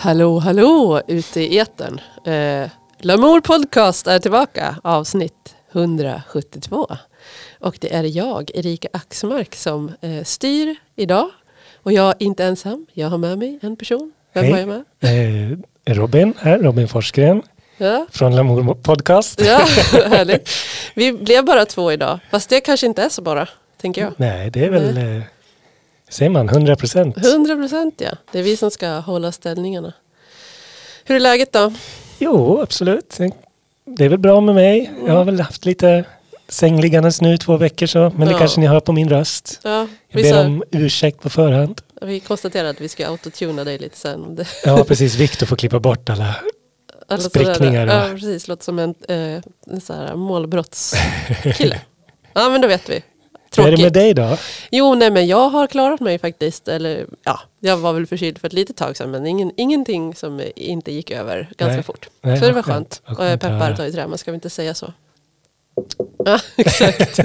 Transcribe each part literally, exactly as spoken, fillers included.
Hallå, hallå ute i etern. Eh, L'amour podcast är tillbaka, avsnitt hundrasjuttiotvå. Och det är jag, Erika Axmark, som eh, styr idag. Och jag är inte ensam, jag har med mig en person. Vem har jag med? Eh, Robin här, Robin Forsgren. Ja. Från L'amour podcast. Ja, härligt. Vi blev bara två idag, fast det kanske inte är så bara, tänker jag. Nej, det är väl, eh, säger man, hundra procent. hundra procent, ja. Det är vi som ska hålla ställningarna. Hur är läget då? Jo, absolut. Det är väl bra med mig. Mm. Jag har väl haft lite sängliggandes nu två veckor så. Men Ja. det kanske ni hör på min röst. Ja, Jag vi, ber sa, om ursäkt på förhand. vi konstaterade att vi ska autotuna dig lite sen. Det, Ja, precis. Viktor får klippa bort alla alla sprickningar. sådär, Och... ja, precis. Låter som en, eh, en sån här målbrottskille. Ja, men då vet vi. Hur är Tråkigt. det med dig då? Jo, nej, men jag har klarat mig faktiskt. Eller, ja, jag var väl förkyld för ett litet tag sedan, men ingen, ingenting som inte gick över ganska Nej. fort. Nej, så det var vad skönt. skönt. Vad Och jag skönt att peppar höra. tar i trä, man ska väl inte säga så. Ja, exakt.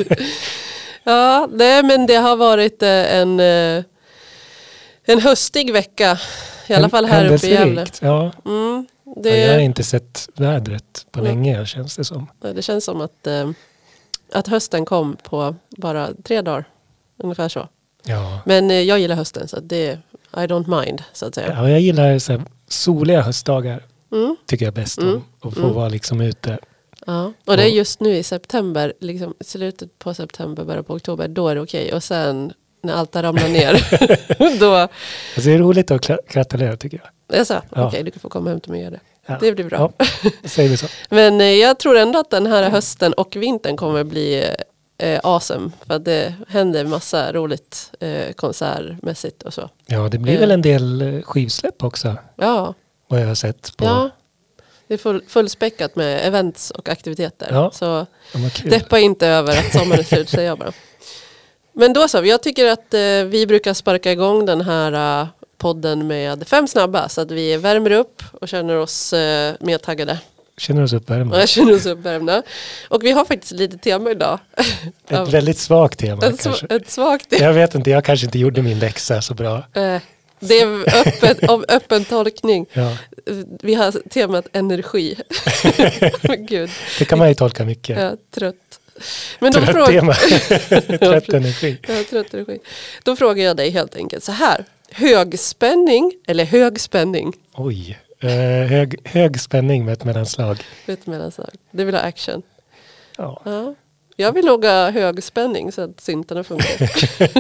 Ja, nej, men det har varit eh, en, eh, en höstig vecka. I alla fall här uppe i Gävle. Händelserikt, Ja. Mm, Ja, det, jag har inte sett vädret på Mm. länge, känns det som. det känns som att, eh, att hösten kom på bara tre dagar. Ungefär så. Ja. Men eh, jag gillar hösten, så att det I don't mind, så att säga. Ja, jag gillar så här soliga höstdagar. Mm. Tycker jag bäst Mm. om. Att få Mm. vara liksom ute. Ja. Och det är just nu i september, liksom, slutet på september, början på oktober, då är det okej. Och sen när allt har ramlat ner, då Alltså det är roligt att kla- gratulera tycker jag. är så, Ja. okej, du kan få komma hem till mig och göra det. Ja. Det blir bra. Ja, då säger vi så. Men eh, jag tror ändå att den här hösten och vintern kommer bli eh, awesome. För att det händer massa roligt eh, konsertmässigt och så. Ja, det blir Ja. väl en del eh, skivsläpp också. Ja, Vad jag har sett på. ja. Det är full, fullspäckat med events och aktiviteter. Ja. Så Ja, vad kul. deppa inte över att sommaren är slut, säger jag bara. Men då så, jag tycker att eh, vi brukar sparka igång den här eh, podden med fem snabba. Så att vi värmer upp och känner oss eh, mer taggade. Känner oss uppvärmda. Och jag känner oss uppvärmda. Och vi har faktiskt lite tema idag. Ett väldigt svagt tema Ett, kanske. sv- ett svagt tema. Jag vet inte, jag kanske inte gjorde min läxa så bra. Eh, det är öppet, om öppen tolkning. Ja, Vi har temat energi. Gud, det kan man ju tolka mycket. jag är trött. Men de Trött frågar... tema. Trött energi. Jag är trött energi. Då frågar jag dig helt enkelt så här. Högspänning eller högspänning? Oj. Eh, hög, hög spänning med ett mellanslag. Vet du mellanslag. Det vill ha action. Ja. Ja. Jag vill nog ha högspänning så att syntarna funkar.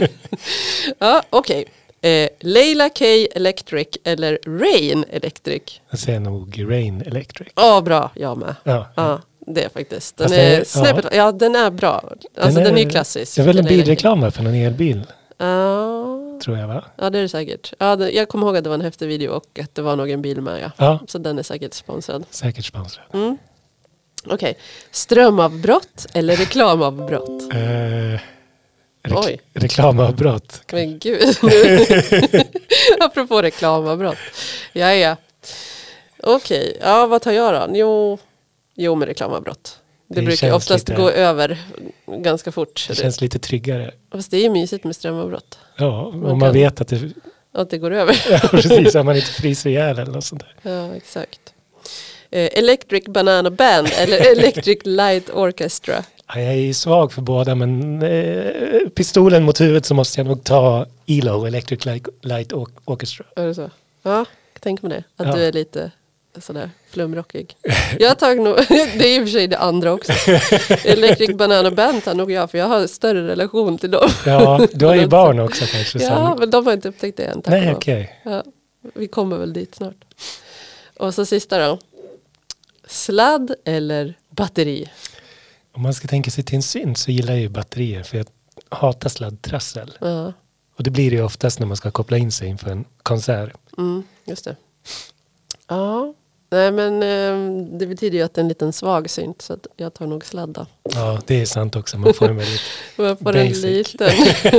Ja, okej. Eh, Leila K Electric eller Rain Electric? Jag säger nog Rain Electric. Ja, bra. Jag med. Ja. Ja, det är faktiskt. Den Fast är det är- snäppet, ja. ja, den är bra. Alltså den är, ju klassisk. Det är väl en Leila K. bilreklam för någon elbil, Ja, tror jag va? ja, det är det säkert. Ja, det, jag kommer ihåg att det var en häftig video och att det var någon bil med. Ja. Ja, Så den är säkert sponsrad. säkert sponsrad. Mm. Okej. Strömavbrott eller reklamavbrott? Eh, rek- Oj. reklamavbrott. Men gud. Apropå reklamavbrott. Ja, ja. Okej. Ja, vad tar jag då? Jo, jo med reklamavbrott. Det, Det brukar känns oftast lite- gå över ganska fort. Det känns lite tryggare. Fast det är ju mysigt med strömavbrott. Ja, om Man man kan- vet att det... Att det går över. Ja, precis. Att man inte fryser ihjäl eller något sånt där. Ja, exakt. Eh, Electric Banana Band eller Electric Light Orchestra. Ja, jag är ju svag för båda, men eh, pistolen mot huvudet så måste jag nog ta E L O, Electric Light, Light Or- Orchestra. Är det så? Ja, tänk med det. Att Ja. du är lite sådär flumrockig. Jag tar nog, det är i och för sig det andra också. Electric Banana Band tar nog jag, för jag har större relation till dem. Ja, du har ju barn också kanske. Ja, Som... men de har inte upptäckt det än. tack och Nej, lov. okej. Ja, vi kommer väl dit snart. Och så sista då. Sladd eller batteri? Om man ska tänka sig till en synt så gillar jag ju batterier, för jag hatar sladdtrassel. Ja, Och det blir det ju oftast när man ska koppla in sig inför en konsert. mm, just det. Ja, nej men eh, det betyder ju att det är en liten svag synt, så att jag tar nog sladda. Ja, det är sant också. Man får en väldigt... Man får en Basic. liten.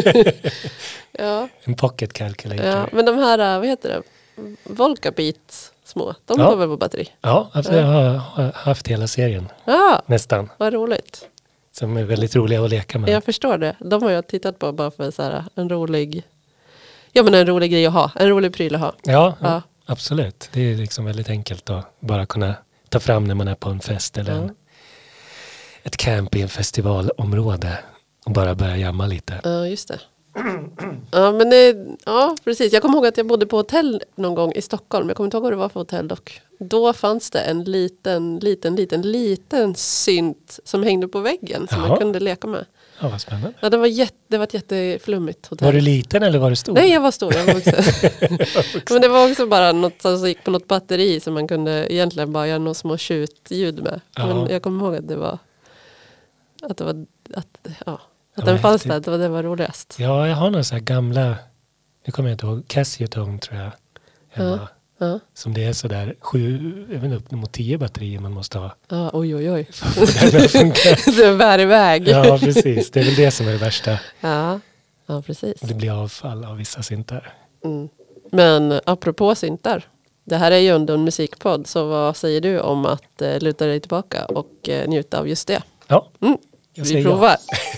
Ja, en pocket calculator. ja, Ja, men de här, vad heter det? Volcabeat små, de Ja. går väl på batteri? alltså jag har, har haft hela serien. Ja, Nästan. vad roligt. Som är väldigt roliga att leka med. Jag förstår det. De har jag tittat på bara för så här, en rolig, ja men en rolig grej att ha. En rolig pryl att ha. Ja, Ja. absolut. Det är liksom väldigt enkelt att bara kunna ta fram när man är på en fest eller Ja. en, ett camp i en festivalområde och bara börja jamma lite. Ja, just det. Ja, men det, ja, precis. Jag kommer ihåg att jag bodde på hotell någon gång i Stockholm. Jag kommer inte ihåg vad det var för hotell dock. Då fanns det en liten, liten, liten, liten synt som hängde på väggen som Jaha. man kunde leka med. Ja, vad spännande. Ja, det var, jätte, det var ett jätteflummigt hotell. Var du liten eller var du stor? Nej, jag var stor. Jag var också. Men det var också bara något som gick på något batteri som man kunde egentligen bara göra några små tjutljud med. Ja. Men jag kommer ihåg att det var att det var att, ja, att Ja, den fanns häftigt. där. Det var, det var roligast. Ja, jag har några så här gamla, nu kommer jag inte ihåg, Casio-tone tror jag. Hemma. Ja. Som det är sådär sju, även upp mot tio batterier man måste ha. Ja, oj, oj, oj. För att få den att funka. Det bär iväg. Ja, precis. Det är väl det som är det värsta. Ja, ja precis. Det blir avfall av vissa syntar. Mm. Men apropå syntar. Det här är ju ändå en musikpodd. Så vad säger du om att eh, luta dig tillbaka och eh, njuta av just det? Ja, Mm. jag Vi säger provar.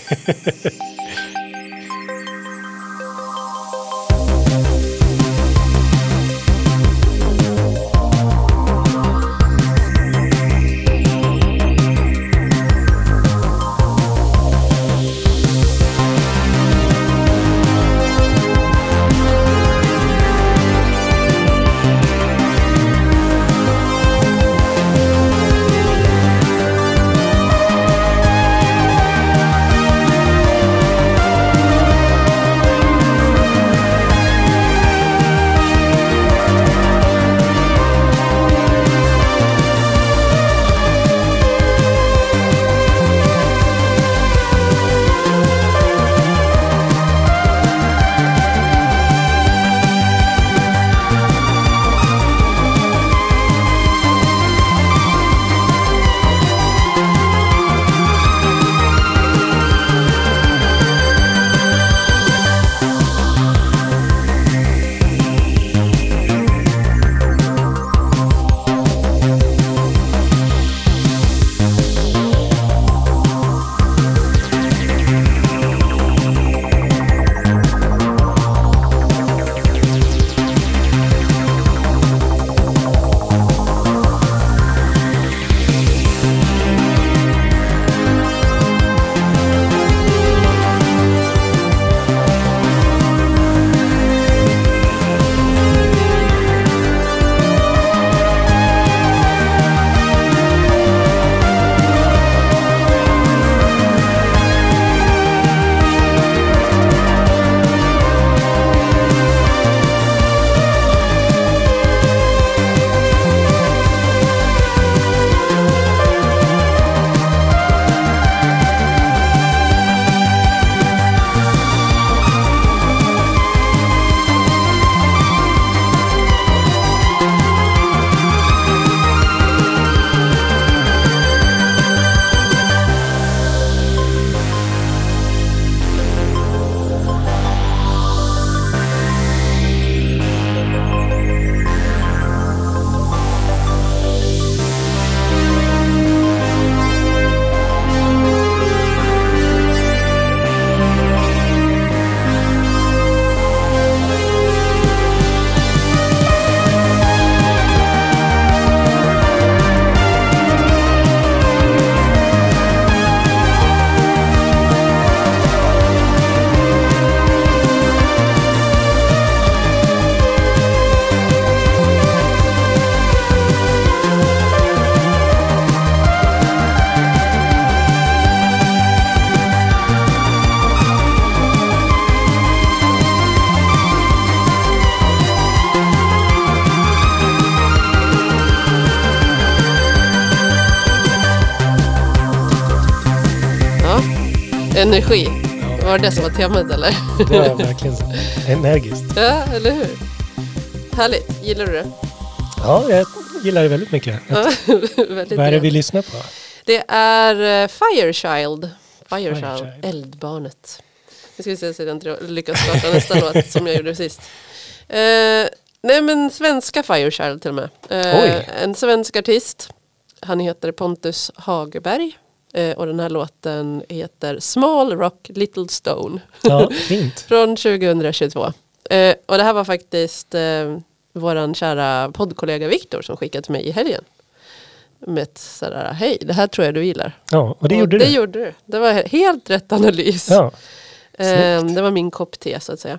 Energi. Ja. Var det som var temat eller? Det var verkligen så. Energiskt. Ja, eller hur? Härligt. Gillar du det? Ja, jag gillar det väldigt mycket. Ja, väldigt Vad är det vi bra. lyssnar på? Det är uh, Firechild. Firechild. Firechild. Eldbarnet. Nu ska vi se så jag inte lyckas starta nästa låt som jag gjorde sist. Uh, nej men svenska Firechild till och med. Uh, Oj. en svensk artist. Han heter Pontus Hagerberg. Uh, och den här låten heter Small Rock Little Stone. Ja, fint. Från tjugohundratjugotvå. Uh, och det här var faktiskt uh, våran kära poddkollega Viktor som skickade till mig i helgen. Med ett sådär, hej, det här tror jag du gillar. Ja, och det och gjorde det du. gjorde du. Det var helt rätt analys. Ja, eh, det var min kopp te så att säga.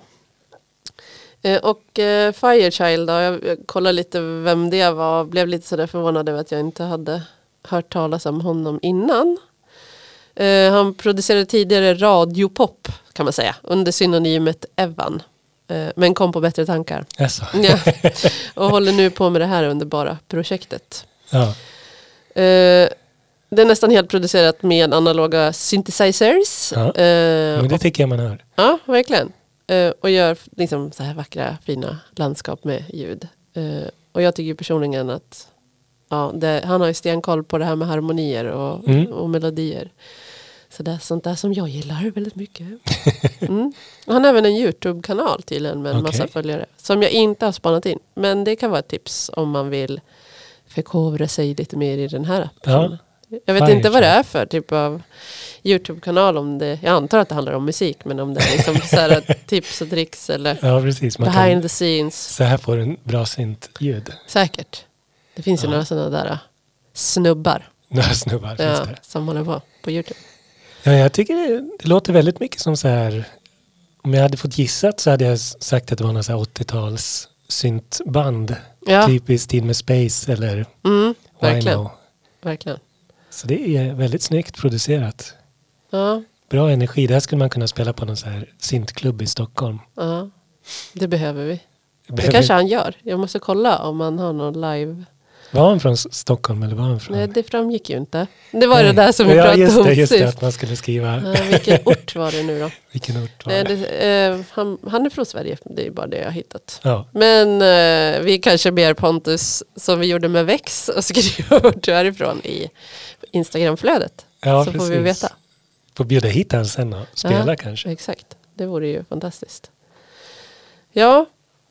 Eh, och eh, Firechild då, jag, jag kollade lite vem det var. Blev lite sådär förvånad över att jag inte hade hört talas om honom innan. Eh, han producerade tidigare radiopop kan man säga. Under synonymet Evan. Eh, men kom på bättre tankar. alltså. Ja. Och håller nu på med det här underbara projektet. Ja. Eh, det är nästan helt producerat med analoga synthesizers. Ja. Eh, Men det och, tycker jag man hör. ja, verkligen. Eh, och gör liksom så här vackra, fina landskap med ljud. Eh, och jag tycker personligen att ja, det, han har ju stenkoll på det här med harmonier och, Mm. och melodier. Så det är sånt där som jag gillar väldigt mycket. Mm. Han har även en YouTube-kanal tydligen med en Okej. massa följare. Som jag inte har spanat in. Men det kan vara ett tips om man vill förkovra sig lite mer i den här appen. Ja. Jag vet Fire inte vad det Child. är för typ av YouTube-kanal. Om det, jag antar att det handlar om musik. Men om det är liksom så här tips och tricks eller Ja, precis. Man behind kan, the scenes. så här får en bra synt-ljud. Säkert. Det finns ju Ja. några sådana där snubbar Några snubbar finns ja, där. som håller på på YouTube. Ja, jag tycker det, det låter väldigt mycket som så här. Om jag hade fått gissat så hade jag sagt att det var någon så här åttio-tals syntband. Ja, Typ i stil med Space eller mm, verkligen. Wino. verkligen. Så det är väldigt snyggt producerat. Ja, Bra energi. Det här skulle man kunna spela på någon så här syntklubb i Stockholm. ja, det behöver vi. Det Behöver- kanske han gör. Jag måste kolla om han har någon live. Var han från S- Stockholm eller var han från? Nej, det framgick ju inte. Det var Nej. det där som vi ja, pratade just om det, just det, sist. att man skulle skriva Ja, vilken ort var det nu då? vilken ort var Nej, det. det, eh, han, han är från Sverige. Det är bara det jag har hittat. Ja, Men eh, vi kanske ber Pontus som vi gjorde med Vex och skriva vart du är ifrån i Instagramflödet. ja Så precis. får vi veta. Får bjuda hit han sen och spela Ja. kanske. Exakt, det vore ju fantastiskt. Ja,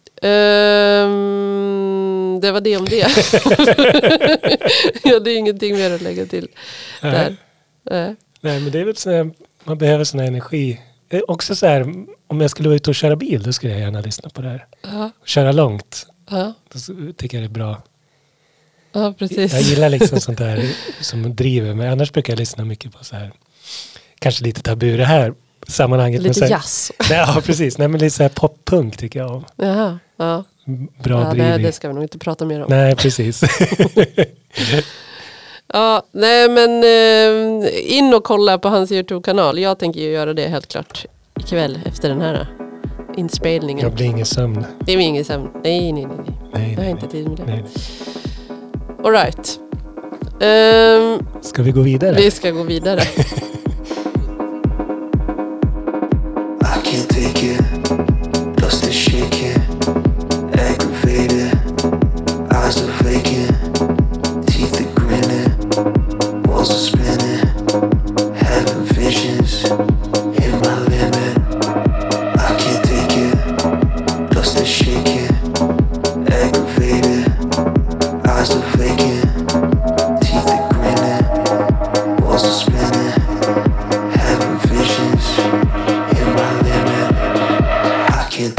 ehm, det var det om det. Ja, det är ingenting mer att lägga till där. Nej. Nej, men det är väl så här, man behöver sån här energi. Det är också så här, om jag skulle vara ute och köra bil, då skulle jag gärna lyssna på det här. Ja, Köra långt, ja, då så tycker jag det är bra. ja, precis. Jag gillar liksom sånt där som driver mig. Annars brukar jag lyssna mycket på så här, kanske lite tabu det här sammanhanget. men Lite så här, jazz. Nej, ja, precis. Nej, men lite så här poppunk tycker jag om. Jaha, ja. Bra Ja, driv nej, i. det ska vi nog inte prata mer om. Nej, precis. Ja, nej men eh, in och kolla på hans YouTube-kanal. Jag tänker ju göra det helt klart ikväll efter den här inspelningen. Jag blir ingen sömn. Det är ingen sömn. Nej, nej, nej. nej. Nej, Jag har nej, inte tid med det. nej. All right. Ehm, Ska vi gå vidare? vi ska gå vidare. I can't take it. Dust is shaking, aggravated. Eyes are vacant, teeth are grinning, walls are spinning. Having visions, hit my limit. I can't take it. Dust is shaking, aggravated. Eyes are vacant, teeth are grinning, walls are spinning. Having visions, hit my limit. I can't.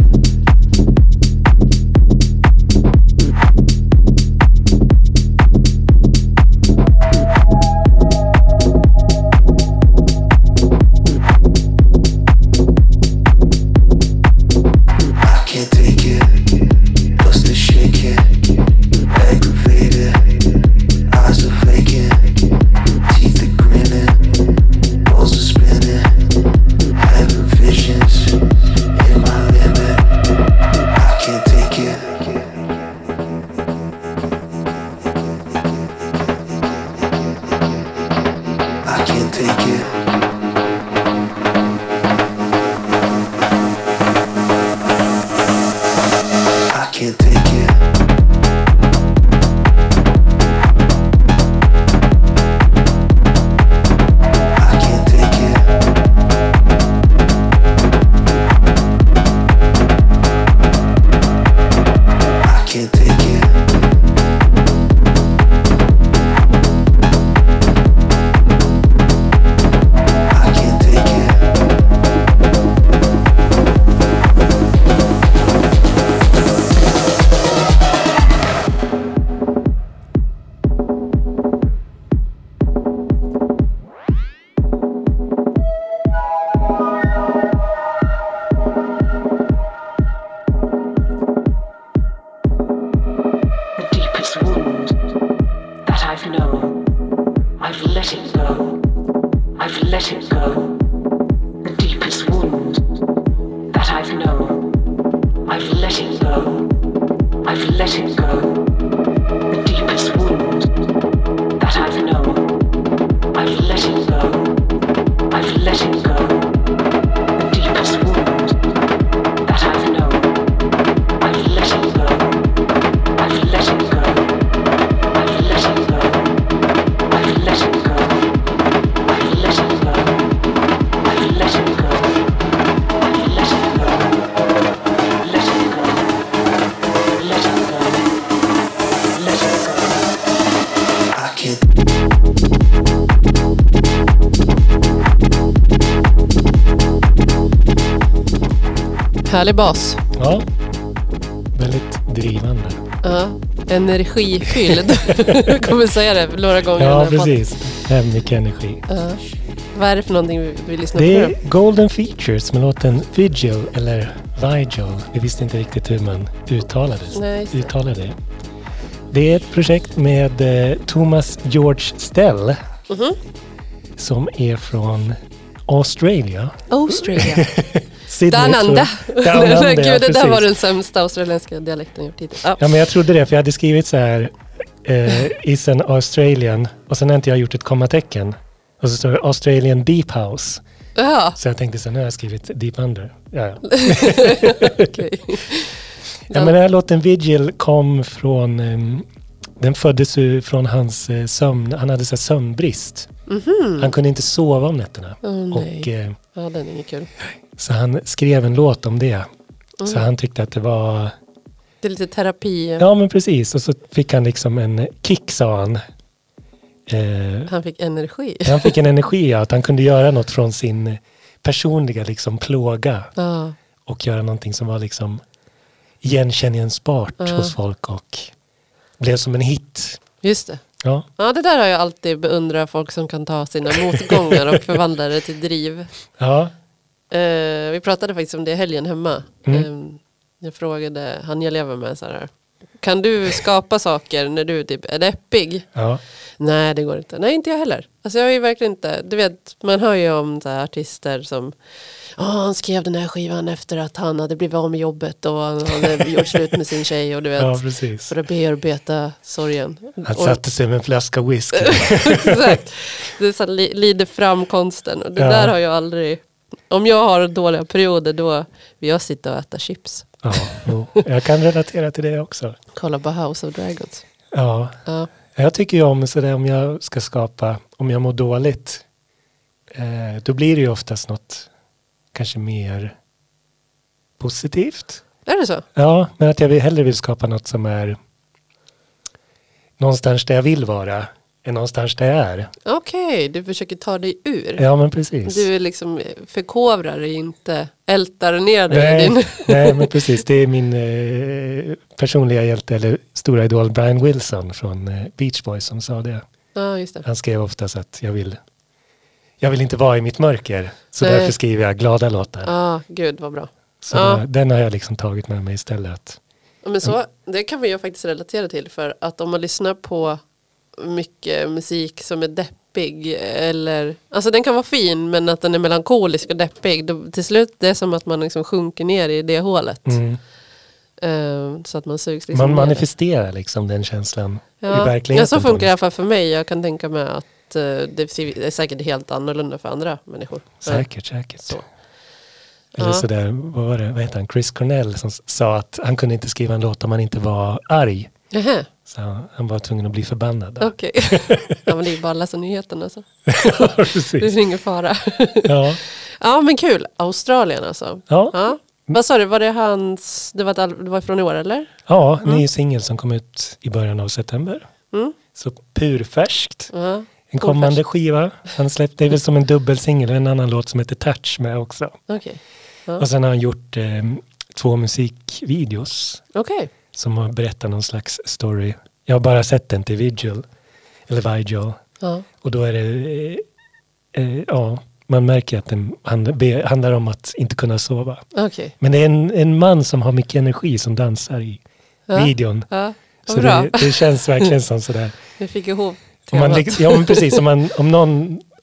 I can't take it. Dust is shaking, aggravated. Eyes are vacant, teeth are grinning, walls are spinning. Having visions, hit my limit. I can't take it. I can't take it. I can't take it. I can't take it. I can't take it. I I've let it go. The deepest wound that I've known. I've let it go. I've let it go. The deepest wound that I've known. I've let it go. I've let it go. The deepest wound that I've known. I've let it go. I've let it go. I've let it go. I've let it go. I've let it go. I've let it go. I've let it go. Let it go. Let it go. Let it go. I can't. Härlig bas. Ja, väldigt drivande. Ja, energifylld. Jag kommer säga det några gånger. Ja, under podden. precis. Det är mycket energi. Ja. Vad är det för någonting vi vill lyssna Det på? är Golden Features med låten Vigil eller Vigil. Vi visste inte riktigt hur man uttalade, Nej, just det. uttalade det. Det är ett projekt med eh, Thomas George Stell Mhm. som är från Australien. Australia. Sydney, Down tror under. jag. Down under, Gud, ja, det där precis. var den sämsta australienska dialekten jag gjort hittills. Ja. Ja, men jag trodde det, för jag hade skrivit så här eh, is an Australian och sen har inte jag gjort ett kommatecken. Och så står det Australian Deep House. Ja, Så jag tänkte så nu har jag skrivit Deep Under. Ja, ja. okej. Ja, men den här låten Vigil kom från, um, den föddes ju från hans uh, sömn, han hade så här sömnbrist. Mhm. Han kunde inte sova om nätterna. Åh, nej. Och, uh, Ja, den är inget kul. så han skrev en låt om det. Så Mm. han tyckte att det var, Det är lite terapi. ja men precis. Och så fick han liksom en kick, sa han. Uh, Han fick energi. han fick en energi, ja, att han kunde göra något från sin personliga liksom plåga. Ja. Och göra någonting som var liksom igenkänningsbart Ja. hos folk och blev som en hit. Just det. Ja, Ja, det där har jag alltid beundrat, folk som kan ta sina motgångar och förvandla det till driv. ja, Eh, vi pratade faktiskt om det i helgen hemma. Mm. Eh, jag frågade han jag lever med så här: kan du skapa saker när du typ är deppig? ja, Nej, det går inte. Nej, inte jag heller. Alltså jag är ju verkligen inte, du vet, man hör ju om så här artister som oh, han skrev den här skivan efter att han hade blivit av med jobbet och han hade gjort slut med sin tjej och du vet, ja, precis. för att bearbeta sorgen. Han Och- satte sig med en flaska whisky. Exakt. Det är så här, li- lider fram konsten. Och det Ja. där har jag aldrig... Om jag har dåliga perioder då vill jag sitta och äta chips. Ja, jo. Jag kan relatera till det också. Kolla på House of Dragons. Ja, Ja. jag tycker ju om sådär, om jag ska skapa, om jag mår dåligt, eh, då blir det ju oftast något kanske mer positivt. Är det så? Ja, men att jag vill, hellre vill skapa något som är någonstans där jag vill vara än någonstans där jag är. Okej, du försöker ta dig ur. Ja, men precis. Du är liksom förkovrar dig, inte ältar ner dig. i Nej, Din... nej, men precis. Det är min eh, personliga hjälte, eller stora idol Brian Wilson från eh, Beach Boys som sa det. Ja, just det. Han skrev oftast att jag vill, jag vill inte vara i mitt mörker. Så Nej. därför skriver jag glada låtar. Ja, gud vad bra. Så Ja. då, den har jag liksom tagit med mig istället. Ja, men så, det kan vi ju faktiskt relatera till, för att om man lyssnar på mycket musik som är deppig eller, alltså den kan vara fin men att den är melankolisk och deppig, då, till slut det är som att man liksom sjunker ner i det hålet. Mm. Eh, så att man sugs liksom Man ner. manifesterar liksom den känslan i Ja. verkligheten. Ja, så på funkar något det i alla fall för mig. Jag kan tänka mig att eh, det är säkert helt annorlunda för andra människor. Säkert, säkert. Så. Eller Ja. sådär, vad var det, vad heter han, Chris Cornell som s- sa att han kunde inte skriva en låt om han inte var arg. Jaha, Så han var tvungen att bli förbannad. då. okej. Ja, men det är bara att läsa nyheterna så. Ja, Det precis. är ingen fara. Ja. Ja, men kul. Australien alltså. Ja. Ja. Vad sa du, var det hans, det var, ett, al- det var från i år eller? Ja, ny singel som kom ut i början av september. Mm. Så purfärskt. Ja, En kommande skiva. Han släppte, det är väl som en dubbelsingel, en annan låt som heter Touch med också. okej. Ja. Och sen har han gjort eh, två musikvideos Okej. som har berättat någon slags story. Jag har bara sett den till Vigil, eller Vigil. Ja. Och då är det, eh, eh, ja, man märker att den hand, be, handlar om att inte kunna sova. Okej. Men det är en, en man som har mycket energi som dansar i Ja. videon. Ja, Så vad bra. det, det känns verkligen som sådär. Vi fick ihop Om, man, temat. lig- ja, men precis, om, man, om någon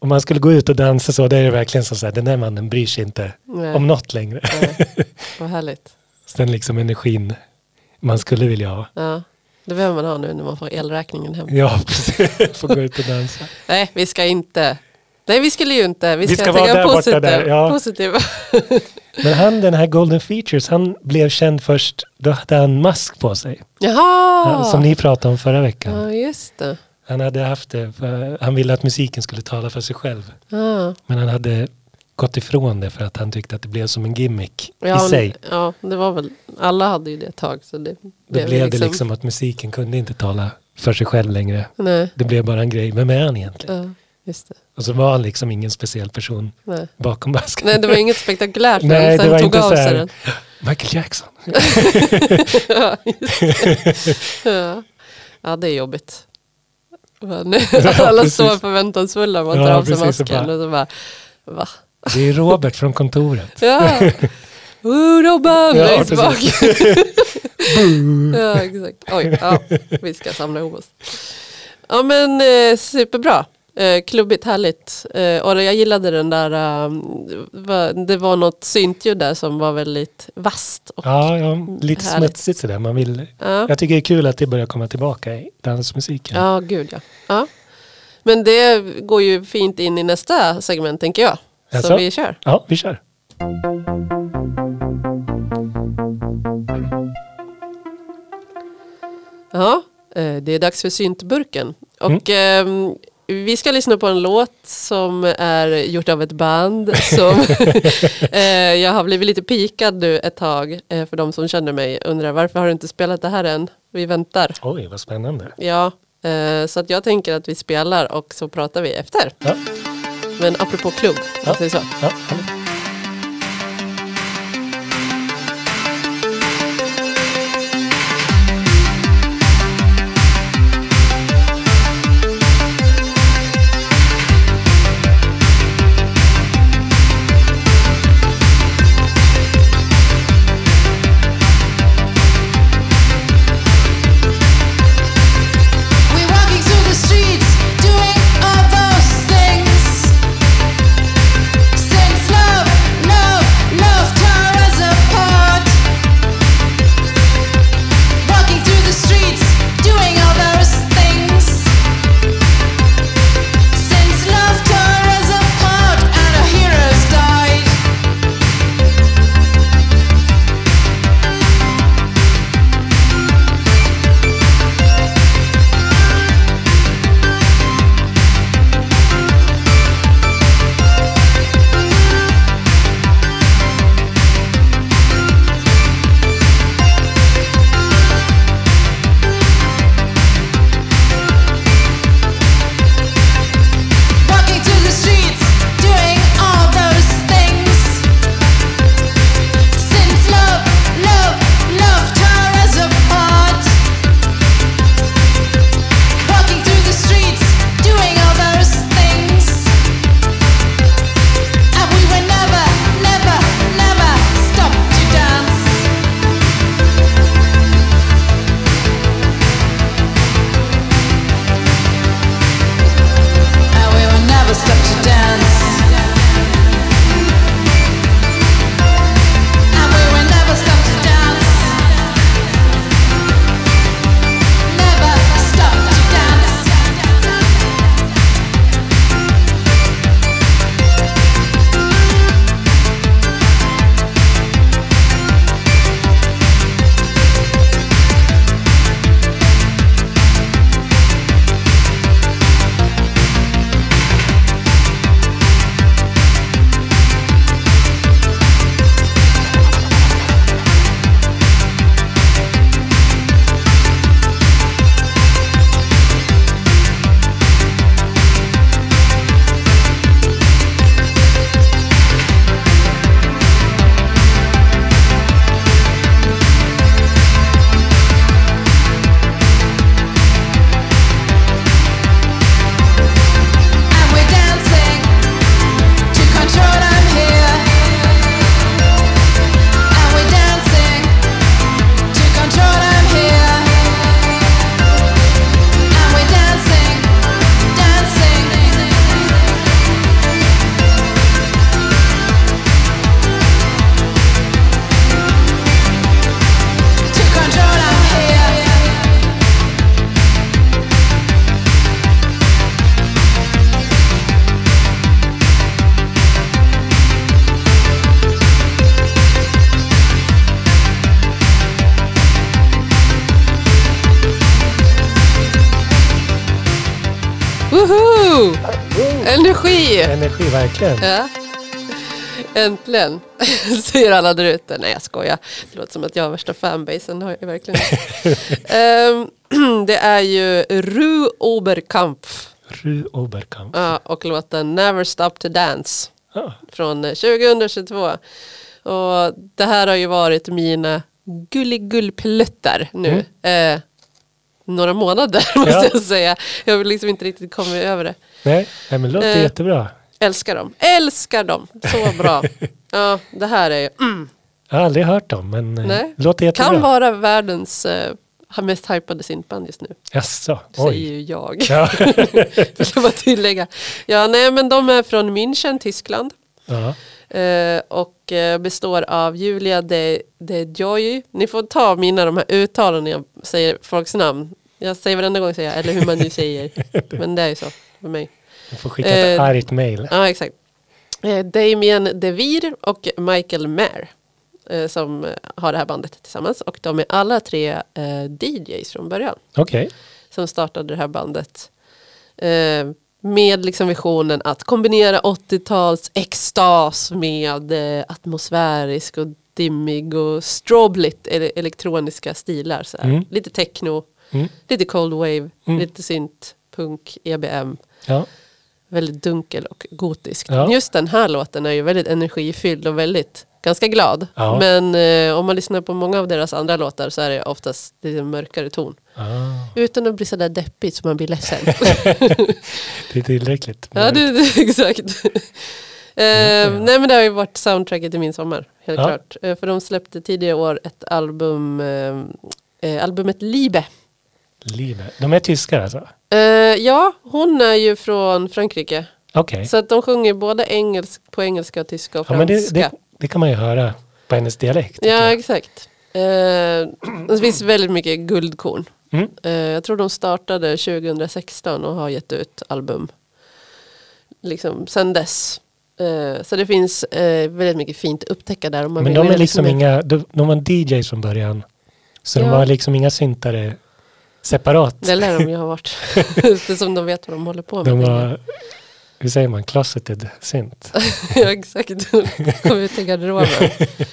om man skulle gå ut och dansa så, det är det verkligen så här, den där mannen bryr sig inte Nej. om något längre. Nej. Vad härligt. Den liksom energin man skulle vilja ha. Ja, det behöver man ha nu när man får elräkningen hem. Ja, precis. Får gå ut och dansa. Nej, vi ska inte. Nej, vi skulle ju inte. Vi ska, Vi ska tänka vara där borta positiv. där, ja. positiv. Men han, den här Golden Features, han blev känd först, då hade han mask på sig. Jaha! Han, som ni pratade om förra veckan. Ja, just det. Han hade haft det, för han ville att musiken skulle tala för sig själv. Ja. Men han hade gått ifrån det för att han tyckte att det blev som en gimmick Ja, i sig. ja, det var väl, alla hade ju det ett tag. Så det Då blev blev liksom, det liksom att musiken kunde inte tala för sig själv längre. Nej, Det blev bara en grej. Vem är han egentligen? ja, just det. Och så var han liksom ingen speciell person Nej. bakom masken. Nej, det var inget spektakulärt när Nej, han det sen var tog inte av så sig här, den. Michael Jackson. Ja, just det. Ja. Ja, det är jobbigt. Men, Ja, alla precis. står förväntansfulla man tar Ja, av sig precis, masken. och Och så bara, va? Det är Robert från kontoret. Ja. Oh, Robban! Ja, Längst bak. precis. Ja, exakt. Oj, ja, vi ska samla ihop oss. Ja, men eh, superbra. Eh, klubbigt, härligt. Eh, och jag gillade den där, eh, va, det var något syntljud där som var väldigt vasst. Och, Ja, ja, lite Härligt. smutsigt sådär. Man vill, ja. jag tycker det är kul att det börjar komma tillbaka i dansmusiken. Ja, gud ja. ja. Men det går ju fint in i nästa segment, tänker jag. Så Jaså? vi kör. Ja, vi kör. Ja, eh, det är dags för syntburken. Och eh, vi ska lyssna på en låt som är gjort av ett band som eh, jag har blivit lite pikad nu ett tag. Eh, för de som känner mig undrar, varför har du inte spelat det här än? Vi väntar. Oj, vad spännande. Ja, eh, så att jag tänker att vi spelar och så pratar vi efter. Ja, Men apropå klubb, Ja. ja. så. ja, härligt. We're walking through the streets, doing all those things. Stand slow. Woo! Energi! Energi, verkligen. Ja. Äntligen, säger alla där ute. Nej, jag skojar. Det låter som att jag har värsta fanbasen. Det har jag verkligen. um, det är ju Ruhe Oberkampf. Ruhe Oberkampf. Ja, och låten Never Stop to Dance. Ah. Från tjugohundratjugotvå. Och det här har ju varit mina gulligullplöttar nu. Mm. Eh, några månader måste ja. jag säga. Jag vill liksom inte riktigt komma över det. Nej, Nej men det låter eh, jättebra. Älskar dem. Älskar dem. Så bra. Ja, det här är ju... Mm. Jag har aldrig hört dem, men Nej. det låter jättebra. Kan vara världens eh, mest hypade syntband just nu. Jaså, oj. Säger ju jag. Ja. Det ska man tillägga. Ja, nej, men de är från München, Tyskland. Ja. Eh, och eh, består av Julia de, de Joy. Ni får ta mina de här uttalen när jag säger folks namn. Jag säger varenda gång säger jag, eller hur man nu säger. Men det är ju så för mig. Du får skicka ett eh, argt mail. Ja, exakt. Eh, Damien DeVir och Michael Mayer eh, som har det här bandet tillsammans. Och de är alla tre eh, D Js från början. Okej. Okay. Som startade det här bandet. Eh, med liksom visionen att kombinera åttio-tals extas med eh, atmosfärisk och dimmig och stroblit ele- elektroniska stilar. Så Mm. Lite techno, Mm. lite cold wave, Mm. lite synt, punk, E B M. Ja. Väldigt dunkel och gotisk. Ja. Just den här låten är ju väldigt energifylld och väldigt ganska glad. Ja. Men eh, om man lyssnar på många av deras andra låtar så är det oftast lite mörkare ton. Ah. Utan att bli så där deppigt så man blir ledsen. Det är tillräckligt. Ja, det, det, exakt. eh, ja. Nej, men det har ju varit soundtracket till min sommar, helt Ja. klart. Eh, för de släppte tidigare år ett album, eh, eh, albumet Liebe. Liebe. De är tyskar alltså? Eh, ja, hon är ju från Frankrike. Okej. Okay. Så att de sjunger både engelsk, på engelska, tyska och Ja, franska. men det, det, det kan man ju höra på hennes dialekt. Ja, jag. exakt. Eh, det finns väldigt mycket guldkorn. Mm. Eh, jag tror de startade tjugohundrasexton och har gett ut album liksom sen dess. Eh, så det finns eh, väldigt mycket fint att upptäcka där. Om man Men vill de är liksom mer. inga, de, de var D Js från början. Så Ja. de var liksom inga syntare separat. Det lär de ju ha varit. Eftersom de vet vad de håller på med. De var, hur säger man, closeted synt. Ja, exakt. Kom ut i garderoben.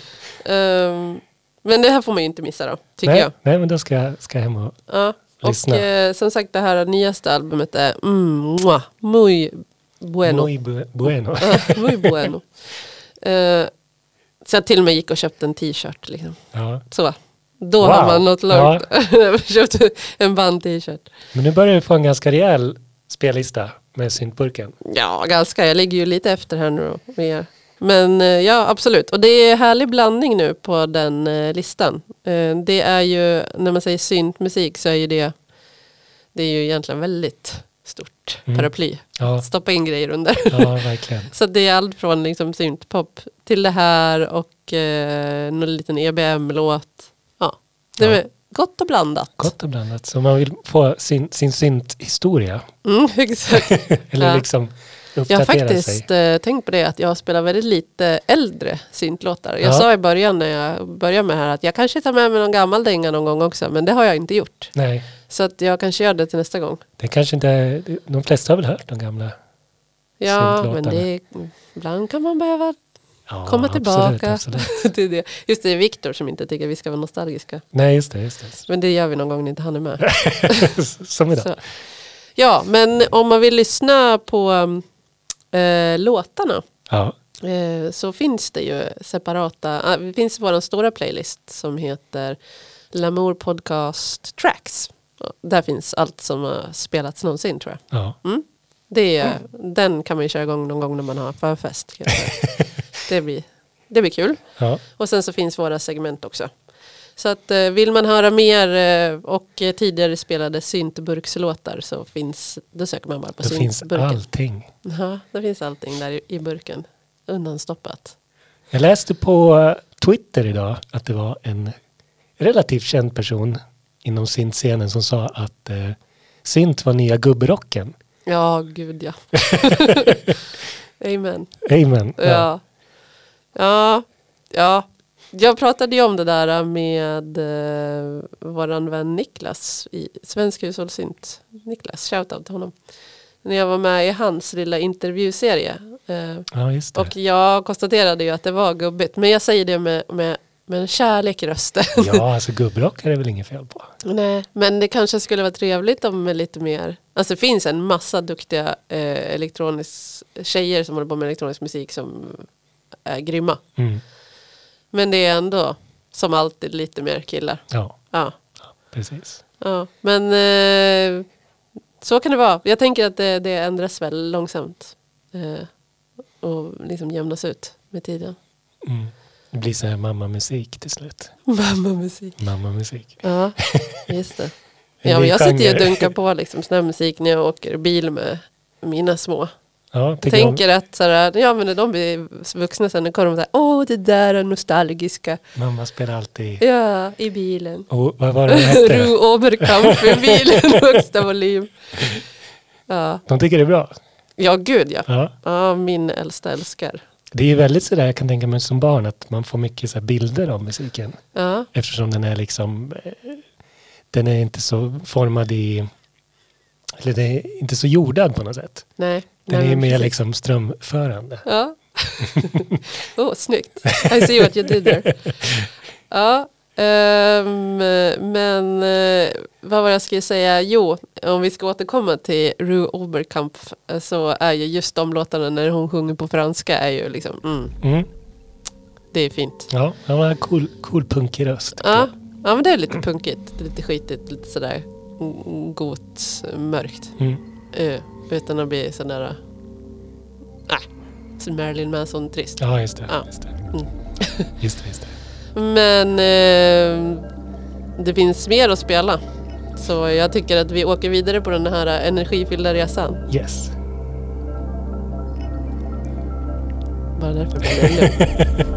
um, men det här får man ju inte missa då, tycker nej, jag. nej, men då ska jag ska hem och Ja. Och lyssna. eh, som sagt, det här nyaste albumet är mm, mwah, muy bueno. Muy bu- bueno. Ja, muy bueno. Uh, så jag till och med gick och köpte en t-shirt. Liksom. Ja. Så. Då Wow. har man något långt. Jag köpte en band-t-shirt. Men nu börjar vi få en ganska rejäl spellista med syntburken. Ja, ganska. Jag ligger ju lite efter här nu då, med er. Men eh, ja, absolut. Och det är härlig blandning nu på den eh, listan. Eh, det är ju, när man säger syntmusik så är ju det, det är ju egentligen väldigt stort Mm. paraply. Ja, Stoppa in grejer under. ja verkligen. Så det är allt från liksom syntpop till det här och eh, någon liten E B M-låt. Ja, det är Ja. gott och blandat. Gott och blandat. Så man vill få sin, sin synthistoria. Mm, exakt. Eller Ja. liksom Jag uppdatera har faktiskt sig. eh, tänkt på det att jag spelar väldigt lite äldre syntlåtar. Jag Ja. sa i början när jag började med det här att jag kanske tar med mig någon gammal dänga någon gång också. Men det har jag inte gjort. Nej, Så att jag kanske gör det till nästa gång. det kanske inte, de flesta har väl hört de gamla. Ja, men Syntlåtarna. det, ibland kan man behöva Ja, komma absolut, tillbaka. absolut. till det. Just det, är Viktor som inte tycker att vi ska vara nostalgiska. Nej, just det. Just det. Men det gör vi någon gång när inte han är med. Som idag. Så. Ja, men om man vill lyssna på eh, låtarna Ja, eh, så finns det ju separata, äh, det finns vår stora playlist som heter L'Amour Podcast Tracks. Ja, där finns allt som har spelats någonsin, tror jag. ja. Mm. Det är, Den kan man ju köra igång någon gång när man har förfest. kan jag säga. Det blir, det blir kul. ja. Och sen så finns våra segment också. Så att eh, vill man höra mer eh, och eh, tidigare spelade syntburkslåtar så finns, då söker man bara på Det finns syntburken. allting. Ja, det finns allting där i, i burken. Undanstoppat. Jag läste på Twitter idag att det var en relativt känd person inom syntscenen som sa att eh, synt var nya gubbrocken. Ja, gud ja. Amen. Amen. Ja. Ja. Ja. Ja. Jag pratade ju om det där med eh, våran vän Niklas i Svensk hushållssynt. Niklas, shoutout till honom. när jag var med i hans lilla intervjuserie. Eh, Ja, just det. och jag konstaterade ju att det var gubbigt. Men jag säger det med, med, med en kärlek i rösten. Ja, alltså gubbrock är det väl inget fel på. Nej, men det kanske skulle vara trevligt om med lite mer. Alltså det finns en massa duktiga eh, elektronisk tjejer som håller på med elektronisk musik som är grymma. Mm. Men det är ändå som alltid lite mer killar. Ja, Ja, precis. ja. Men eh, så kan det vara. Jag tänker att det, det ändras väl långsamt. Eh, och liksom jämnas ut med tiden. Mm. Det blir så här mammamusik till slut. Mammamusik. Mammamusik. Ja, just det. En Ja, men ny jag sitter ju och genre. dunkar på liksom sån här musik när jag åker bil med mina små. Ja, Jag tycker jag om- tänker att så här, ja, men när de blir vuxna sen kommer de där, åh det där är nostalgiska. Mamma spelar alltid... Ja, i bilen. Och vad var det det hette? Ru Oberkampf i bilen, högsta volym. Ja. De tycker det är bra. ja, gud ja. Ja. Ja, min äldsta älskar. Det är ju väldigt sådär, jag kan tänka mig som barn, att man får mycket så här bilder av musiken. Ja, Eftersom den är liksom, eh, den är inte så formad i, eller den är inte så jordad på något sätt. nej. Den nej, är men mer precis. liksom strömförande. Ja. Åh, oh, snyggt. I see what you did there. Ja, ehm, men eh, vad var jag skulle säga? Jo, om vi ska återkomma till Ru Oberkampf eh, så är ju just de låtarna när hon sjunger på franska är ju liksom, mm, Mm. det är fint. Ja, han har en cool, cool punkig röst. Ja, ja, men det är lite punkigt, lite skitigt, lite sådär mm, gott, mörkt. Mm. Uh, utan att bli sådär, nej, så Marilyn Manson trist. Ja, just det. Ja. Just det. Mm. Just det, just det. Men eh, det finns mer att spela. Så jag tycker att vi åker vidare på den här energifyllda resan. Yes. Bara därför blev jag nu.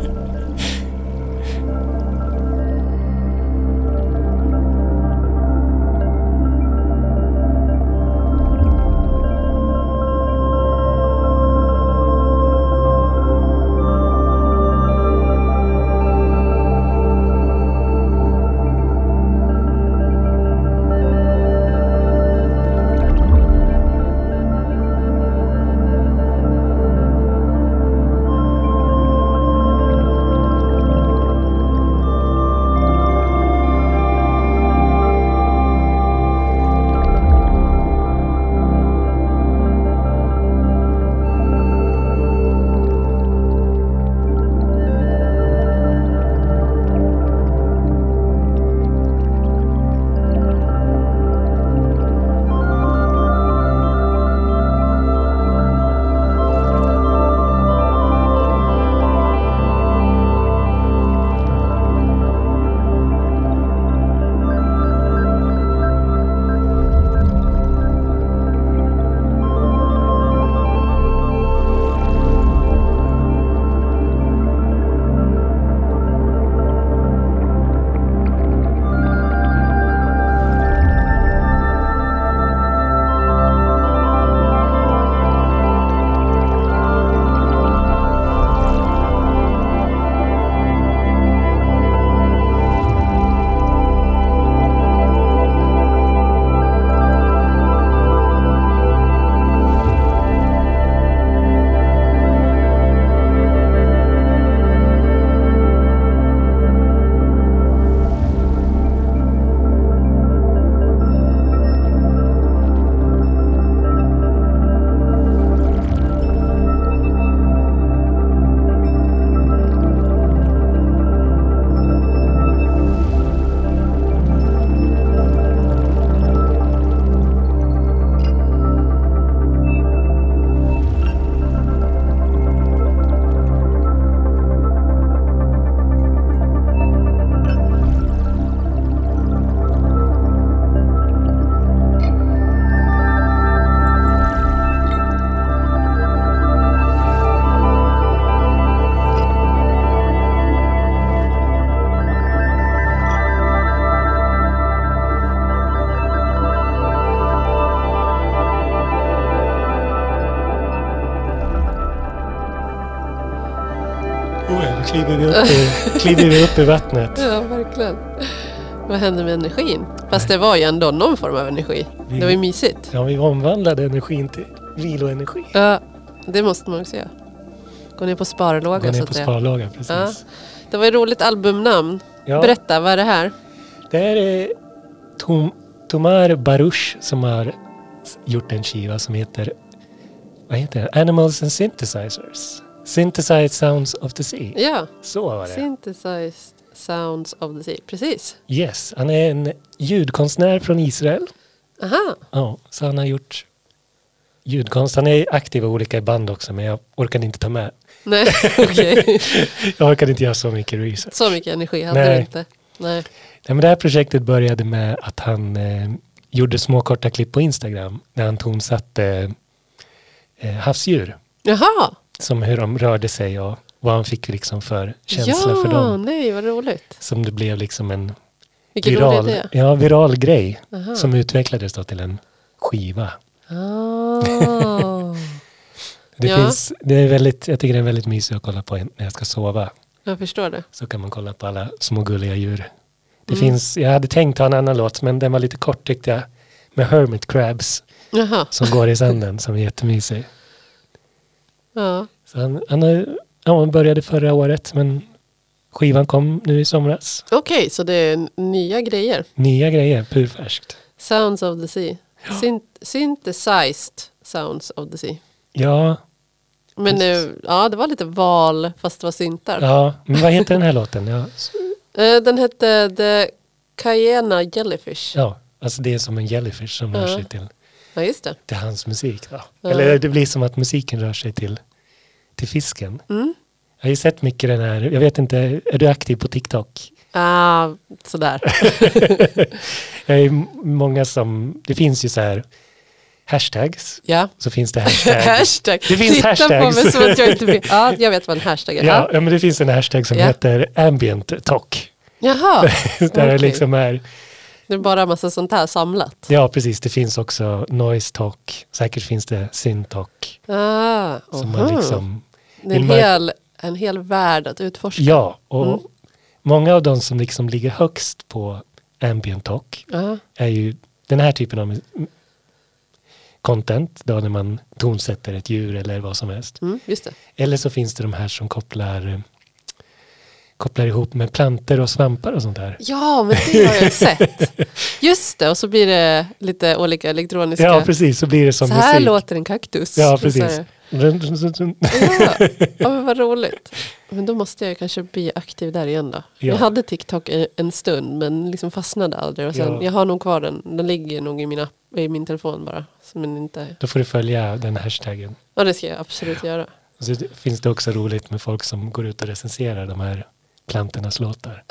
kliver vi upp i, kliver vi upp i vattnet. Ja, verkligen. Vad hände med energin? Fast det var ju ändå någon form av energi. Vi, Det var ju mysigt. ja, vi omvandlade energin till viloenergi. Ja, det måste man också göra. Gå ner på sparlåga Gå så ner att på säga. sparlåga, precis. Ja. Det var ett roligt albumnamn. Ja. Berätta, vad är det här? Det här är Tom, Tomar Baruch som har gjort en skiva som heter, vad heter det? Animals and Synthesizers. Synthesized Sounds of the Sea. Ja, Så var det. Synthesized Sounds of the Sea. Precis. Yes, han är en ljudkonstnär från Israel. Aha. Ja, så han har gjort ljudkonst. Han är aktiv i olika band också, men jag orkade inte ta med. Nej, okej. Jag orkade inte göra så mycket research. Så mycket energi hade Nej. du inte. Nej. Nej, men det här projektet började med att han eh, gjorde små korta klipp på Instagram när han tonsatte eh, havsdjur. Jaha. Som hur de rörde sig och vad han fick liksom för känsla Ja, för dem. nej, vad roligt. Som det blev liksom en Vilken viral, rolig idé. ja, viral grej Aha. som utvecklades då till en skiva. Ah. Det Ja. finns, det är väldigt, jag tycker det är väldigt mysigt att kolla på när jag ska sova. Jag förstår det. Så kan man kolla på alla små gulliga djur. Det Mm. finns, jag hade tänkt ha en annan låt, men den var lite kort tyckte jag. Med Hermit Crabs Jaha. som går i sanden som är jättemysig. Ja. Så han, han, har- ja, han började förra året, men skivan kom nu i somras. Okej, så det är nya grejer. Nya grejer, purfärskt. Sounds of the Sea. Synt- synthesized Sounds of the Sea. Ja, Men Precis. nu, ja, det var lite val fast det var syntar. ja, men vad heter den här låten? Ja, s- Eh, Den hette The Cayena Jellyfish. Ja, ja, alltså det är som en jellyfish som rör Ja. sig till, just det. till hans musik. Då. Ja. Eller det blir som att musiken rör sig till, till fisken. Mm. Jag har ju sett mycket den här, jag vet inte, är du aktiv på TikTok? Ah, sådär. Jag är m- många som, det finns ju så här hashtags, Ja. så finns det hashtag. Hashtag. Det finns Titta hashtags. på mig som att jag inte vet. Ja, jag vet vad en hashtag är. Ja, Ja. ja, men det finns en hashtag som Ja. heter ambient talk. Jaha, Där det Okej. liksom är, det är bara en massa sånt här samlat. ja precis, det finns också noise talk, säkert finns det synth talk. Ah, Som aha. man liksom, Det är en vill man- hel, en hel värld att utforska. ja, och Mm. många av de som liksom ligger högst på ambient talk Ja. är ju den här typen av m- content, då när man tonsätter ett djur eller vad som helst. Mm, just det. Eller så finns det de här som kopplar, eh, kopplar ihop med planter och svampar och sånt där. Ja, men det har jag sett. Just det, och så blir det lite olika elektroniska. Ja, precis, så blir det som så här musik. låter en kaktus. Ja, Så precis. här. Ja. Ja. Ja, men vad roligt. Men då måste jag ju kanske bli aktiv där igen då. Ja. Jag hade TikTok en- en stund men liksom fastnade aldrig. Och sen, Ja. Jag har nog kvar den. Den ligger nog i min, app, i min telefon bara. Så, men inte... Då får du följa den hashtaggen. Ja, det ska jag absolut göra. Och så finns det också roligt med folk som går ut och recenserar de här plantornas låtar.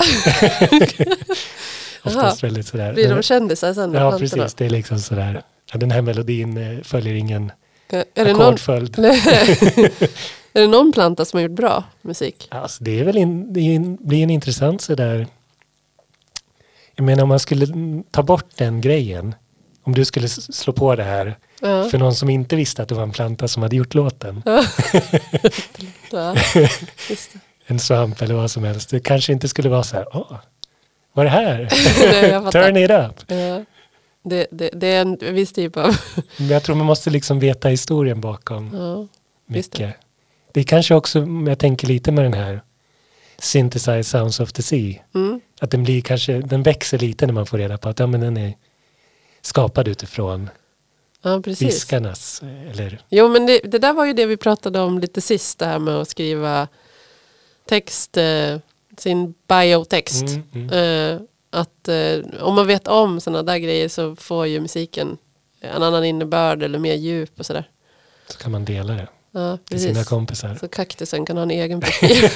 Oftast väldigt sådär. Blir de kändisar sen? Ja, plantorna? precis. Det är liksom sådär. Ja, den här melodin eh, följer ingen Är det, någon, ackordföljd. är det någon planta som har gjort bra musik? Alltså, det är väl in, det är en, blir en intressant sådär. Jag menar om man skulle mm, ta bort den grejen. Om du skulle s- slå på det här. Ja. För någon som inte visste att det var en planta som hade gjort låten. Ja, just det. En svamp eller vad som helst. Det kanske inte skulle vara så här. Åh, vad är det här? Nej, jag fattar. Turn it up. Ja. Det, det, det är en viss typ av... Men jag tror man måste liksom veta historien bakom Ja, just mycket. Det är kanske också, om jag tänker lite med den här Synthesized Sounds of the Sea. mm. Att den blir kanske, den växer lite när man får reda på att ja, men den är skapad utifrån Ja, precis. fiskarnas, eller Jo, men det, det där var ju det vi pratade om lite sist, det här med att skriva text, eh, sin biotext. Mm, mm. Eh, att eh, om man vet om sådana där grejer så får ju musiken en annan innebörd eller mer djup och sådär. så kan man dela det Ja, till sina precis. kompisar. Så kaktusen kan ha en egen profil.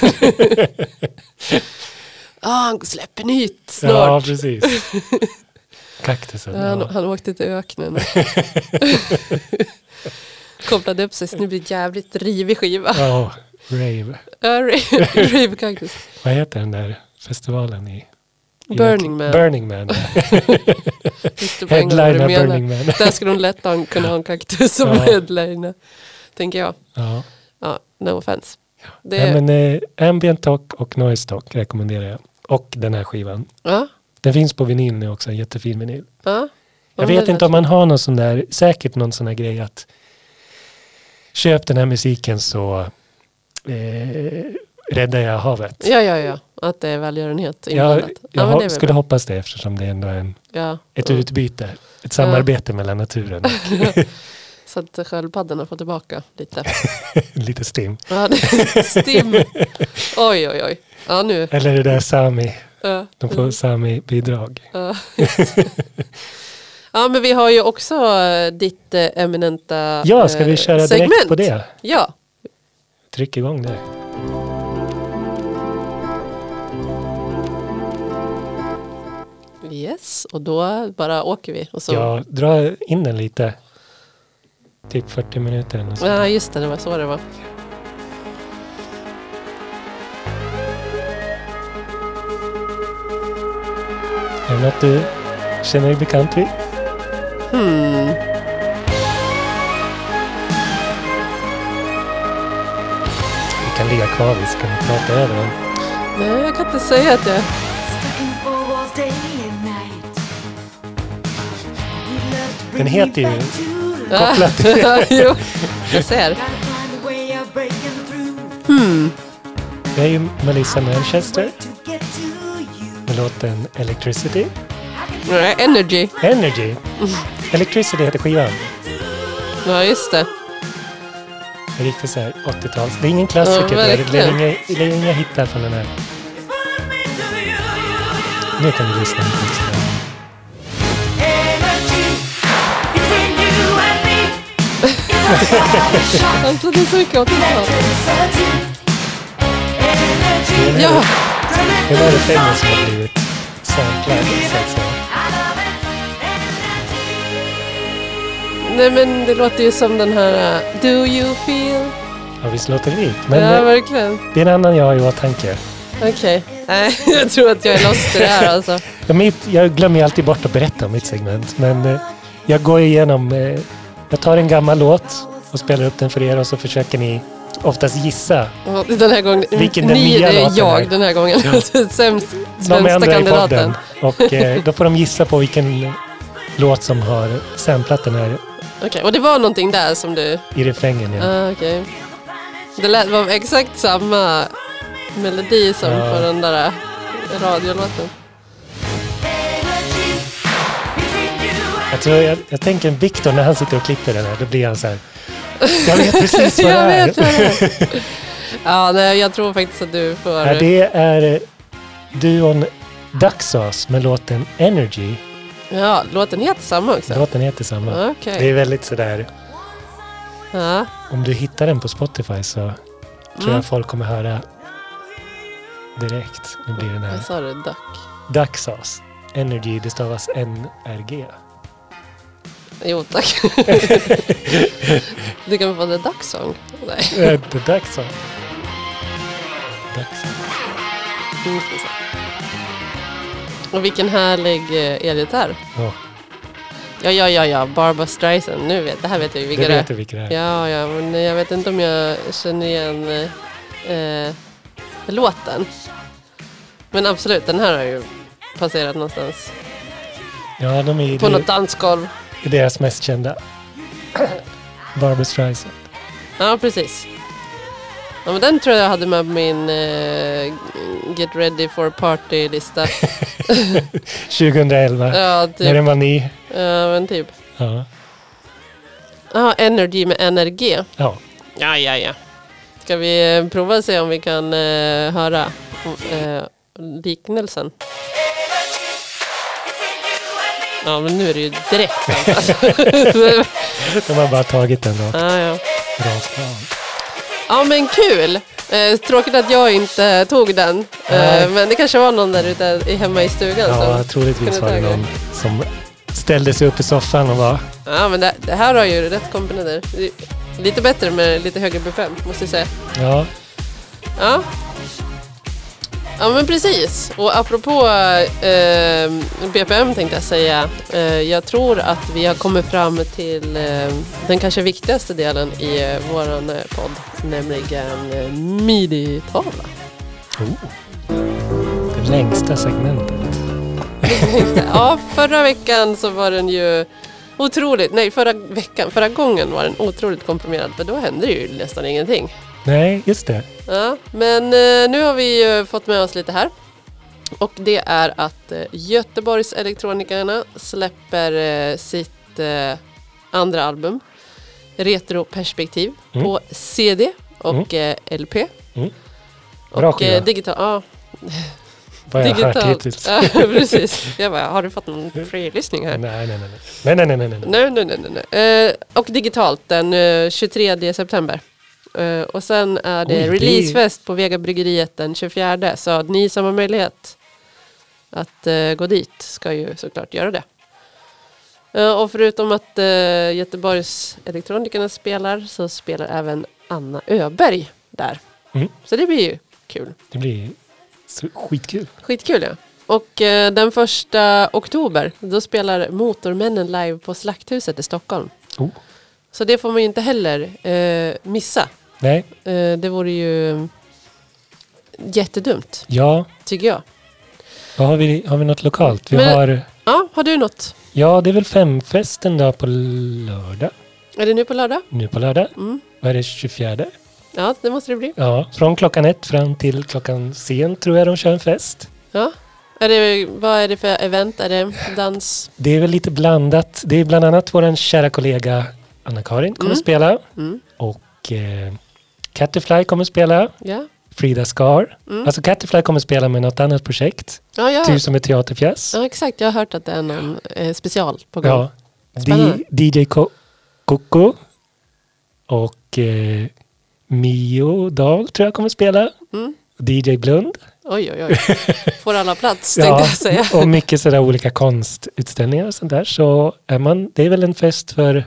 ah, han släpper nytt Ja, snart. precis. Kaktusen. Ja, han, Ja. han åkte till öknen. Kopplade upp sig, så nu blir det jävligt rivig skiva. Ja, rave. Ja, rave- Rave-kaktus. Vad heter den där festivalen i? i Burning Man. Burning Man. Just det, på en gång vad du Headliner menar. Burning Man. Där skulle hon lätt ha, kunna ha en kaktus som Ja. headliner. Tänker jag. Ja. Ja, no offense. Det, Ja, men eh, ambient talk och noise talk rekommenderar jag. Och den här skivan. ja, Den finns på vinyl nu också, en jättefin vinyl. ja. Jag vet inte om man har någon sån där, säkert någon sån där grej att köp den här musiken så eh, räddar jag havet. Ja, ja, ja. Att det är välgörenhet Jag, inblandat. jag ja, men ho- det är väl skulle bra. hoppas det eftersom det ändå är en, Ja. ett Mm. utbyte. Ett samarbete mellan naturen. Så att sköldpaddorna får tillbaka lite. Lite stim. Ja, det är stim. Oj, oj, oj. Ja, nu. Eller det där Sami. Ja. De får Sami-bidrag. Ja. Ja, men vi har ju också eh, ditt eh, eminenta Ja, ska vi köra eh, direkt segment. på det? Ja. Tryck igång det. Yes, och då bara åker vi. Och så... Ja, dra in den lite. Typ fyrtio minuter eller så. Ja, just det, det var så det var. Är det något du känner dig bekant vid? Hmm. Vi kan ligga kvar, vi ska prata över den. Nej, jag kan inte säga att jag... Den heter ju Ja. kopplat till... Jo, jag ser. Hmm. Det är ju Melissa Manchester med låten Electricity. Nej, Energy. Energy. Electricity heter skivan. Ja, just det. Det är riktigt så här åttio-tals. Det är ingen klassiker. Ja, det, är, det, är verkligen. inga, det är inga hittar från den här. Nu kan du lyssna på texten. Alltså, det är så mycket åttio-tal. Det är Ja, det är refrängen som har blivit samplad, så att säga. nej men det låter ju som den här uh, Do you feel? Ja, visst låter det likt. Men Ja, eh, verkligen. det är en annan jag har i åtanke. Okej. Nej, jag tror att jag är lost i det här alltså. Ja, mitt, jag glömmer ju alltid bort att berätta om mitt segment. Men eh, jag går igenom... Eh, jag tar en gammal låt och spelar upp den för er och så försöker ni oftast gissa. Och den här gången, Vilken den ni nya är låten jag är. den här gången. Sämst, De sämsta andra i kandidaten. podden. Och eh, då får de gissa på vilken låt som har samplat den här Okej, och det var någonting där som du... i refrängen. Ja. Ah, okej. Det lät, var exakt samma melodi som Ja. på den där radiolåten. Jag, tror, jag, jag tänker Victor när han sitter och klipper den här, då blir han så här. Jag vet precis vad det Jag är. vet vad det är. Ja, nej, jag tror faktiskt att du får... Ja, det är eh, duon Daxos med låten Energy. Ja, låten heter samma också. Låten heter samma. Okej. Det är väldigt sådär, Ja. om du hittar den på Spotify så tror Mm. jag folk kommer höra direkt. Nu blir den här Vad sa du? Duck? Daxos. Energy, det stavas N R G. Jo, tack. Du kan få The Duck Song. Nej. Eh, The Daxos. Daxos. Mm, ska vi se. Och vilken härlig eh, elgitarr. Ja, Ja, ja, ja, ja. Barbra Streisand. Nu vet, det här vet jag ju vilka det det är. vet du vilka det är. Ja, ja, men jag vet inte om jag känner igen eh, låten. Men absolut, den här har ju passerat någonstans. Ja, de är På det, något dansgolv. är deras mest kända. Barbra Streisand. Ja, precis. Ja, men den tror jag hade med på min eh, Get Ready for Party-lista. tjugohundraelva. Ja, När typ. den var ny. Ja, men typ. Ja. Ja, Energy med N R G. Ja. Ja, ja, ja. Ska vi eh, prova och se om vi kan eh, höra eh, liknelsen? Ja, men nu är det ju direkt. Alltså. De har bara tagit den rakt, Ja, ja. rakt av. Ja, men kul. Eh, tråkigt att jag inte tog den. Eh, Nej. men det kanske var någon där ute i- hemma i stugan. Ja, som troligtvis kunde var det ta någon som ställde sig upp i soffan och var... Ja, men det, det här har ju rätt komponenter. Det är lite bättre med lite högre B P M, måste jag säga. Ja, Ja. Ja, men precis. Och apropå eh, B P M tänkte jag säga. Eh, jag tror att vi har kommit fram till eh, den kanske viktigaste delen i eh, våran eh, podd. Nämligen eh, midi-tavla. oh. Det längsta segmentet. Ja, förra veckan så var den ju otroligt, nej förra veckan, förra gången var den otroligt komprimerad, för då hände det ju nästan ingenting. Nej, just det. Ja, men eh, nu har vi ju fått med oss lite här. Och det är att eh, Göteborgs elektronikerna släpper eh, sitt eh, andra album, Retroperspektiv, Mm. på C D och eh, L P. Mm. Bra Och skiva. eh, digital, ja, Vad jag har hört digitalt. hittills. Ja, precis. Jag bara, har du fått någon free-lyssning här? Nej, nej, nej. Nej, nej, nej, nej. nej. Nej, nej, nej, nej, nej. Eh, och digitalt den eh, tjugotredje september. Eh, och sen är det Oj, det är- releasefest på Vegabryggeriet den tjugofjärde. Så ni som har möjlighet att eh, gå dit ska ju såklart göra det. Eh, och förutom att eh, Göteborgs elektronikerna spelar så spelar även Anna Öberg där. Mm. Så det blir ju kul. Det blir så skitkul. Skitkul, ja. Och eh, den första oktober då spelar Motormännen live på Slakthuset i Stockholm. Oh. Så det får man ju inte heller eh, missa. Nej, Eh, det vore ju jättedumt, ja. tycker jag. Vad har vi? Har vi något lokalt? Vi Men- har... Ja, har du något? Ja, det är väl femfesten då på lördag. Är det nu på lördag? Nu på lördag. Mm. Vad är det? tjugofjärde? Ja, det måste det bli. Ja, från klockan ett fram till klockan sent tror jag de kör en fest. Ja. Är det, vad är det för event? Är det dans? Det är väl lite blandat. Det är bland annat vår kära kollega Anna-Karin kommer Mm. spela. Mm. Och eh, Catterfly kommer spela. Ja. Frida Skar. Mm. Alltså Catterfly kommer spela med något annat projekt. Ja, ja. Typ som ett teaterpjäs. Ja, exakt. Jag har hört att det är någon eh, special på gång. Ja. Spännande. D- D J Ko- Koko och eh, Mio Dahl tror jag kommer spela. Mm. D J Blund. Oj, oj, oj. Får alla plats, tänkte Ja, jag säga. och mycket sådär olika konstutställningar och sånt där. Så är man, det är väl en fest för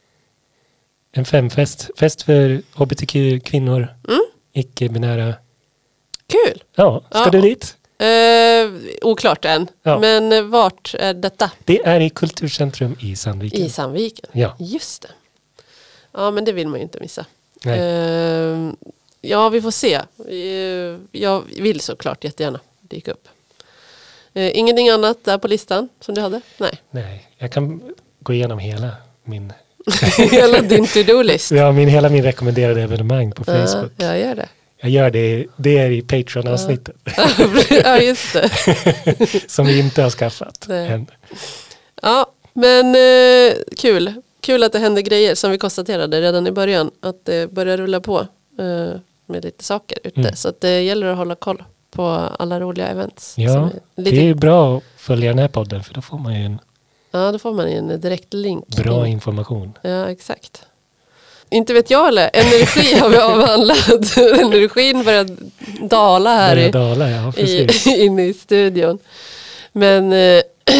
en femfest. Fest för H B T Q-kvinnor. Mm. Icke-binära. Kul! Ja, ska Ja. du dit? Eh, oklart än. Ja. Men eh, vart är detta? Det är i Kulturcentrum i Sandviken. I Sandviken. Ja. Just det. Ja, men det vill man ju inte missa. Nej. Eh, ja, vi får se. Eh, jag vill såklart jättegärna dyka upp. Eh, ingenting annat där på listan som du hade? Nej. Nej, jag kan gå igenom hela min, Hela din to-do-list. ja, min, hela min rekommenderade evenemang på Ja, Facebook. jag gör det. Jag gör det, det är i Patreon-avsnittet Ja, just det. som vi inte har skaffat Nej. än. Ja, men eh, kul. Kul att det händer grejer som vi konstaterade redan i början. Att det börjar rulla på eh, med lite saker ute. Mm. Så att det gäller att hålla koll på alla roliga events. Ja, som är lite, det är bra att följa den här podden för då får man ju en ja, då får man en direkt link. bra in. information. Ja, exakt. Inte vet jag eller. Energi har vi avhandlat. Energin börjar dala här Börja i, dala, ja i, precis. inne i studion. Men eh,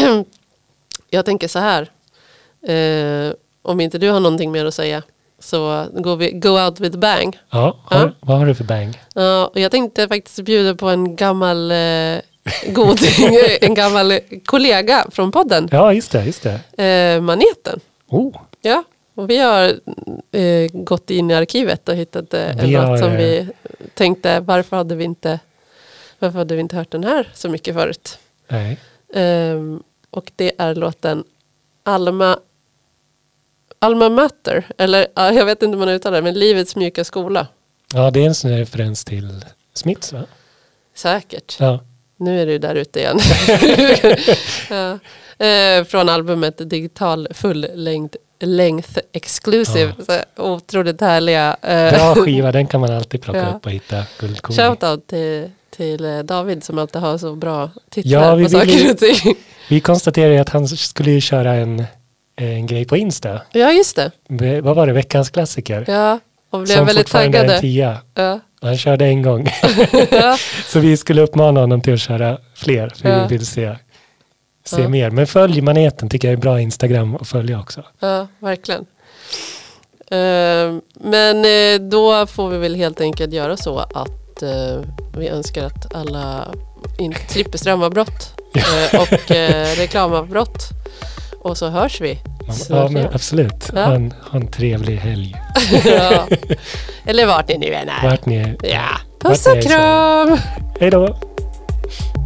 jag tänker så här. Eh, om inte du har någonting mer att säga så går vi go out with a bang. Ja, har, Ja. vad har du för bang? Ja, och jag tänkte faktiskt bjuda på en gammal eh, goding, en gammal kollega från podden. Ja, just det, just det. Eh, Maneten. Oh, Ja, och vi har eh, gått in i arkivet och hittat eh, en Vi har, låt som eh, vi tänkte, varför hade vi inte varför hade vi inte hört den här så mycket förut? nej. Ehm, och det är låten Alma Alma Mater, eller ja, jag vet inte hur man uttalar det, men Livets mjuka skola. Ja, det är en sån här referens till Smiths, va? Säkert. Ja, Nu är du där ute igen. ja. eh, från albumet Digital full-längd Length Exclusive. Så otroligt härliga. Eh, bra skiva, den kan man alltid plocka Ja. upp och hitta guldkorn i. Shoutout till, till eh, David som alltid har så bra titlar Ja, vi på saker vill ju- och ting. Vi konstaterade ju att han skulle ju köra en, en grej på Insta. Ja, just det. Ve- Vad var det? Veckans klassiker. Ja, och blev som väldigt fortfarande är en taggade. tia. Ja. Och han körde en gång. Ja. Så vi skulle uppmana honom till att köra fler. För Ja. vi vill se, se Ja. mer. Men följ Maneten tycker jag är bra Instagram att följa också. Ja, verkligen. Eh, men eh, då får vi väl helt enkelt göra så att eh, vi önskar att alla inte slipper strömavbrott eh, och eh, reklamavbrott. Och så hörs vi. Så Ja, men igen. absolut. Ja. Ha, en, ha en trevlig helg. Ja. Eller vart ni nu än är. Vart ni är. Ja. Vart Puss ni är och i Sverige. kram! Hej då!